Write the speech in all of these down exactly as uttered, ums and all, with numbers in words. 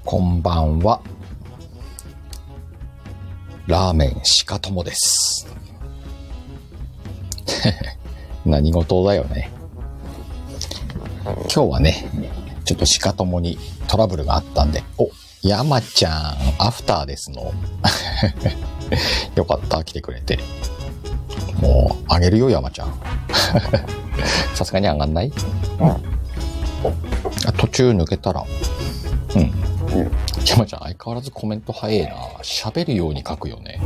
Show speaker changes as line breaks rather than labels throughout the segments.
こんばんは。ラーメン鹿友です。何事だよね。今日はね、ちょっと鹿友にトラブルがあったんで、お、山ちゃん、アフターですの。よかった、来てくれて。もう、あげるよ、山ちゃん。さすがに上がんない？うん、あ、途中抜けたら、うん。山ちゃん、相変わらずコメント早いな。喋るように書くよね。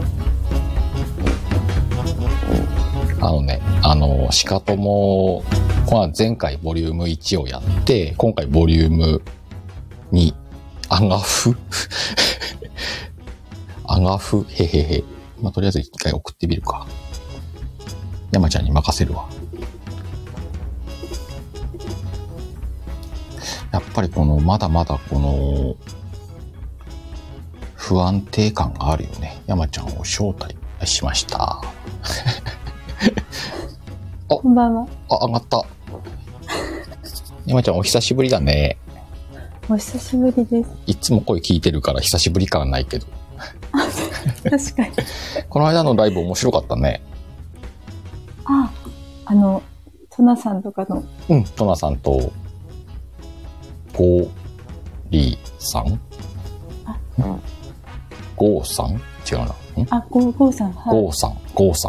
あのね、あの、鹿友、前回ボリュームいちをやって、今回ボリュームに、アガフアガフ、へへへ。まあ、とりあえず一回送ってみるか。山ちゃんに任せるわ。やっぱりこの、まだまだこの、不安定感があるよね。山ちゃんを招待しました。あ、
こんばんは。
あ、上がった。山ちゃんお久しぶりだね。
お久しぶりです。
いつも声聞いてるから久しぶり感はないけど。
確かに。
この間のライブ面白かったね。
あ、あの、トナさんとかの。
うん、トナさんと、ゴーリーさん、
あ、
ゴーさん違うな。ん
あ、ゴー、ゴーさん。はい、
ゴーさん、ゴーさん。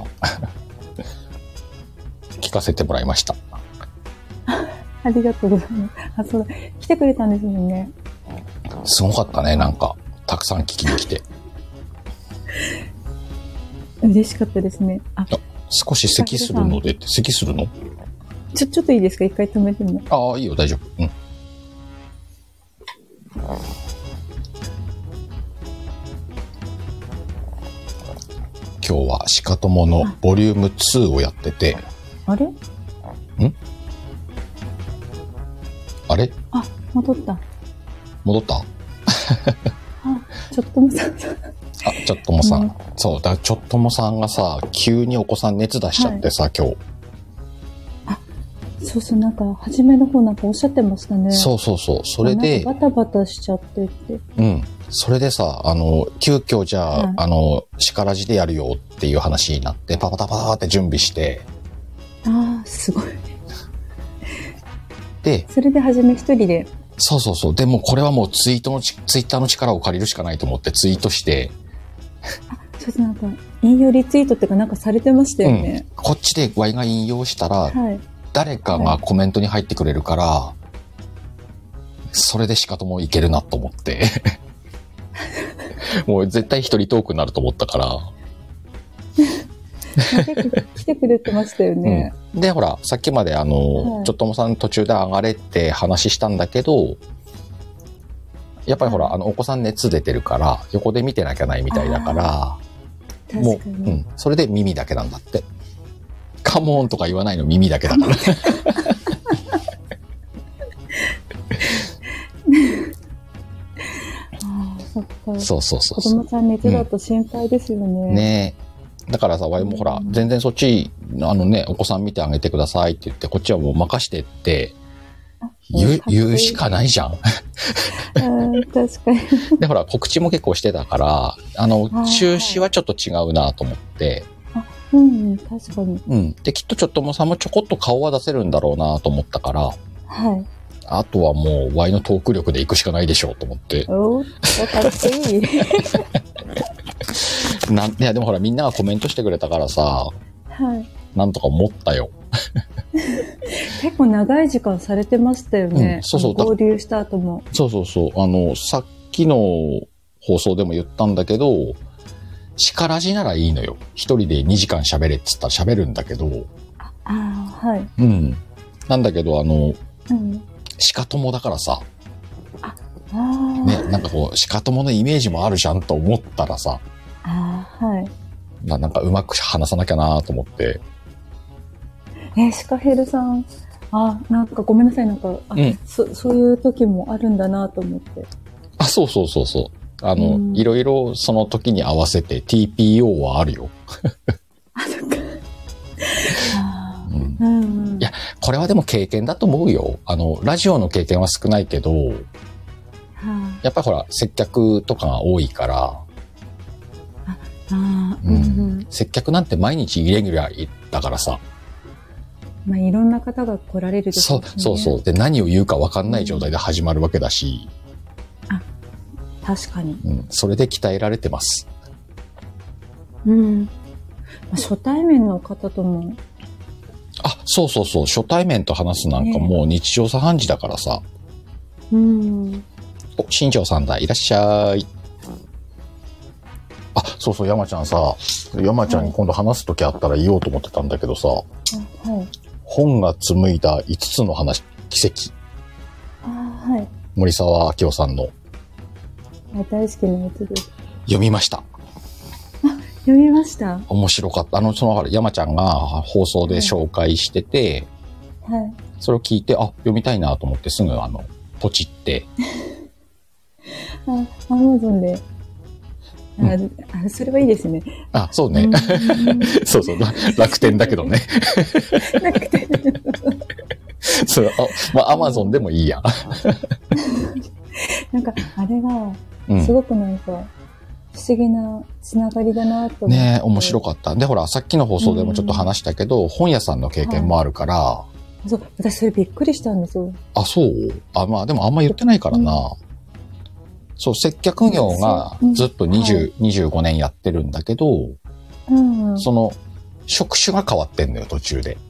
聞かせてもらいました。
ありがとうございます。あ、そうだ。来てくれたんですよね。
すごかったね、なんか。たくさん聞きに来て。
嬉しかったですね。あ、
あ、少し咳するのでって、咳するの？
ちょ、ちょっといいですか？一回止めても。
ああ、いいよ、大丈夫。うん。今日は鹿友のボリュームにをやってて。
あれ？ん？
あれ？
あ、戻った。
戻った？あ、
ちょっともさん。
あ、ちょっともさん。うん、そう、だちょっともさんがさ、急にお子さん熱出しちゃってさ、はい、今日。
あ、そうそう、なんか、初めの方なんかおっしゃってましたね。
そうそうそう。それで。
バタバタしちゃってって。
うん。それでさ、あの、急遽じゃあ、はい、あの、鹿ラジでやるよっていう話になって、パパタパタって準備して。
ああ、すごい。
で、
それで初め一人で。
そうそうそう。でもこれはもうツイートのツイッターの力を借りるしかないと思ってツイートして。
あ、そうです。なんか、引用リツイートっていうかなんかされてましたよね。
うん、こっちでワイが引用したら、
はい、
誰かがコメントに入ってくれるから、はい、それでしかともいけるなと思って。もう絶対一人トークになると思ったから。
来てくれてましたよね。
うん、で、ほら、さっきまであの、はい、ちょっともさん途中で上がれって話したんだけど、やっぱりほら、はい、あの、お子さん熱出てるから、横で見てなきゃないみたいだから、もう、うん、それで耳だけなんだって。カモンとか言わないの耳だけだから。
あ、そっか。
そうそうそう。
子供さん熱だと心配ですよね。
うん、ねえ。だからさ、わいもほら、うん、全然そっち、あのね、お子さん見てあげてくださいって言って、こっちはもう任してって、言う、言うしかないじゃん。
うん、確かに。
で、ほら、告知も結構してたから、あの、中止はちょっと違うなと思って。
あ、うん、確かに。
うん。で、きっとちょっともさんもちょこっと顔は出せるんだろうなと思ったから、
はい。
あとはもう、ワイのトーク力で行くしかないでしょうと思って。
おー、かっこいい。
なんいやでもほらみんながコメントしてくれたからさ、
はい、
なんとか持ったよ。
結構長い時間されてましたよね。
うん、そうそう。
合流した後も。
そうそうそう。あのさっきの放送でも言ったんだけど、鹿ラジならいいのよ。一人でにじかん喋れっつったら喋るんだけど。
ああ、はい。
うん。なんだけどあの、
うん、
鹿友だからさ。
ああ。
ね、なんかこう鹿友のイメージもあるじゃんと思ったらさ。
ああ、はい。
な、なんかうまく話さなきゃなと思って。
え、シカヘルさん、あ、なんかごめんなさい、なんか、あ、うん、そ、そういう時もあるんだなと思って。
あ、そうそうそうそう。あの、うん、いろいろその時に合わせて ティーピーオー はあるよ。
あ、そっか。あ、
うんうん、いや、これはでも経験だと思うよ。あの、ラジオの経験は少ないけど、 やっぱりほら、接客とかが多いから、
ああ、
う
うんんうん。
接客なんて毎日イレギュラーだからさ。
まあ、いろんな方が来られるでし
そう
ょうしね。
そうそう。で、何を言うか分かんない状態で始まるわけだし、
確かに。
うん、それで鍛えられてます。
うん。まあ、初対面の方とも、
あ、そうそうそう。初対面と話すなんかもう日常茶飯事だからさ。
うん。
お、新庄さんだ。いらっしゃい。あ、そうそう、山ちゃんさ、山ちゃんに今度話すときあったら言おうと思ってたんだけどさ、
あ、はい。
本が紡いだいつつの話、奇跡。
あ、はい。
森沢明夫さんの
あ、大好きなやつです。
読みました。
読みました。
面白かった。あの、その、山ちゃんが放送で紹介してて、
はい。
それを聞いて、あ、読みたいなと思ってすぐあの、ポチって。
あ、アマゾンで。あ、
う
あ、それはいいですね。
あ、そうね。
うん
そうそう。楽天だけどね。
なくて。
それ、あ、まあ、アマゾンでもいいや。
なんか、あれが、
うん。
すごくなんか、不思議なつながりだなと思って。
ねえ、面白かった。で、ほら、さっきの放送でもちょっと話したけど、本屋さんの経験もあるから、
そう、私それびっくりしたんですよ。
あ、そうあ、まあ、でもあんま言ってないからな。そう、接客業がずっとにじゅう、にじゅうごねんやってるんだけど、
うんうん。
その、職種が変わってんのよ、途中で。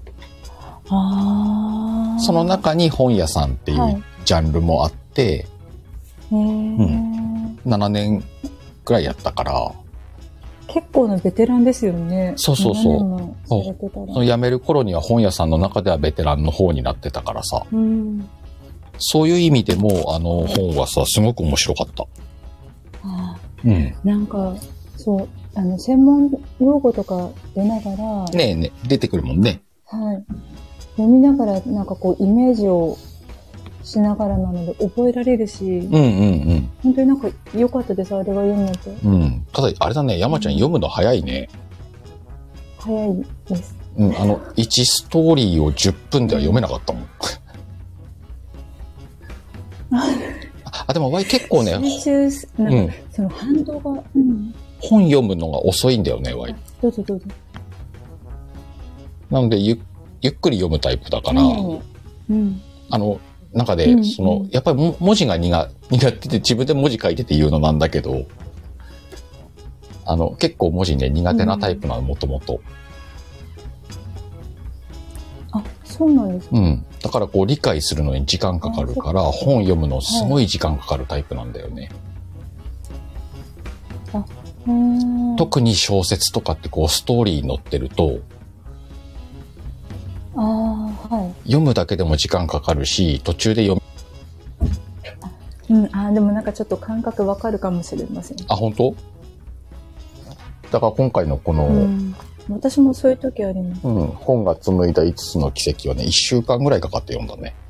ああ。
その中に本屋さんってい
はいう
ジャンルもあって、
へー
ななねんくらいやったから、
結構なベテランですよね。
そうそうそう
ななねんもされてたら
その辞める頃には本屋さんの中ではベテランの方になってたからさ、
うん。
そういう意味でも、あの本はさ、すごく面白かった。
あ
うん。
ーなんか、そう、あの、専門用語とか出ながら、
ねえねえ、出てくるもんね。
はい。読みながら、なんかこう、イメージをしながらなので覚えられるし、
うんうん
本当になんか良かったです、あれが読めて。
うん。うん。ただ、あれだね、山ちゃん読むの早いね。
早いです。
うん、あの、いちストーリーをじゅっぷんでは読めなかったもん。あ、でも、わい結構ね、
集中す、なんか、
うん
その反動が、うん。
本読むのが遅いんだよね、わい。
どうぞどうぞ。
なので、ゆ、ゆっくり読むタイプだから、
丁寧にうん。
あの、中で、
うん
その、
うん
やっぱりも文字が苦、苦手で自分で文字書いてて言うのなんだけど、あの、結構文字ね、苦手なタイプなの、もともと。
あ、そうなんですか。
うん。だからこう、理解するのに時間かかるから、本読むのすごい時間かかるタイプなんだよね。
うーん。
特に小説とかってこう、ストーリー載ってると、
ああ、はい。
読むだけでも時間かかるし、途中で読み、
うん、あーでもなんかちょっと感覚わかるかもしれません。
あ、本当？だから今回のこの、
う
うん、
ん。私もそういう時あります。
本が紡いだいつつの奇跡はね、いっしゅうかんぐらいかかって読んだね。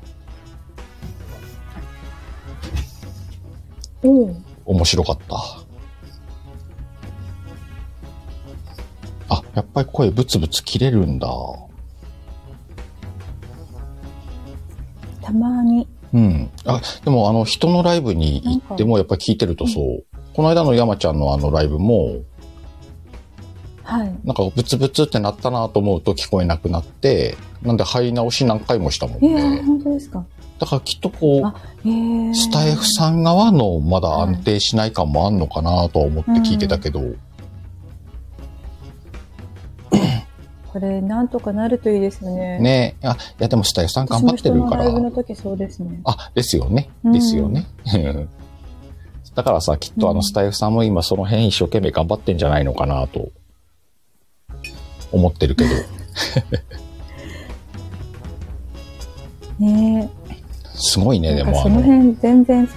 おう。
面白かった。あ、やっぱり声ブツブツ切れるんだ。
たまに。
うん。あ、でもあの人のライブに行ってもやっぱり聞いてるとそう。この間の山ちゃんのあのライブも、
はい。
なんかブツブツってなったなと思うと聞こえなくなって、なんで入り直し何回もしたもん
えー、
ね。
本当ですか。
だからきっとこう、
あ、えー、
スタイフさん側のまだ安定しない感もあんのかなとは思って聞いてたけど、
これなんとかなるといいですよね。
ねえ、あ、いやでもスタイフさん頑張ってるから。
私も人のライブの時そうですね。
あ、ですよね。
うん
ですよね。だからさ、きっとあのスタイフさんも今その辺一生懸命頑張ってんじゃないのかなと思ってるけど。
ねえ。
すごいね、でもあの。
なんかその辺全然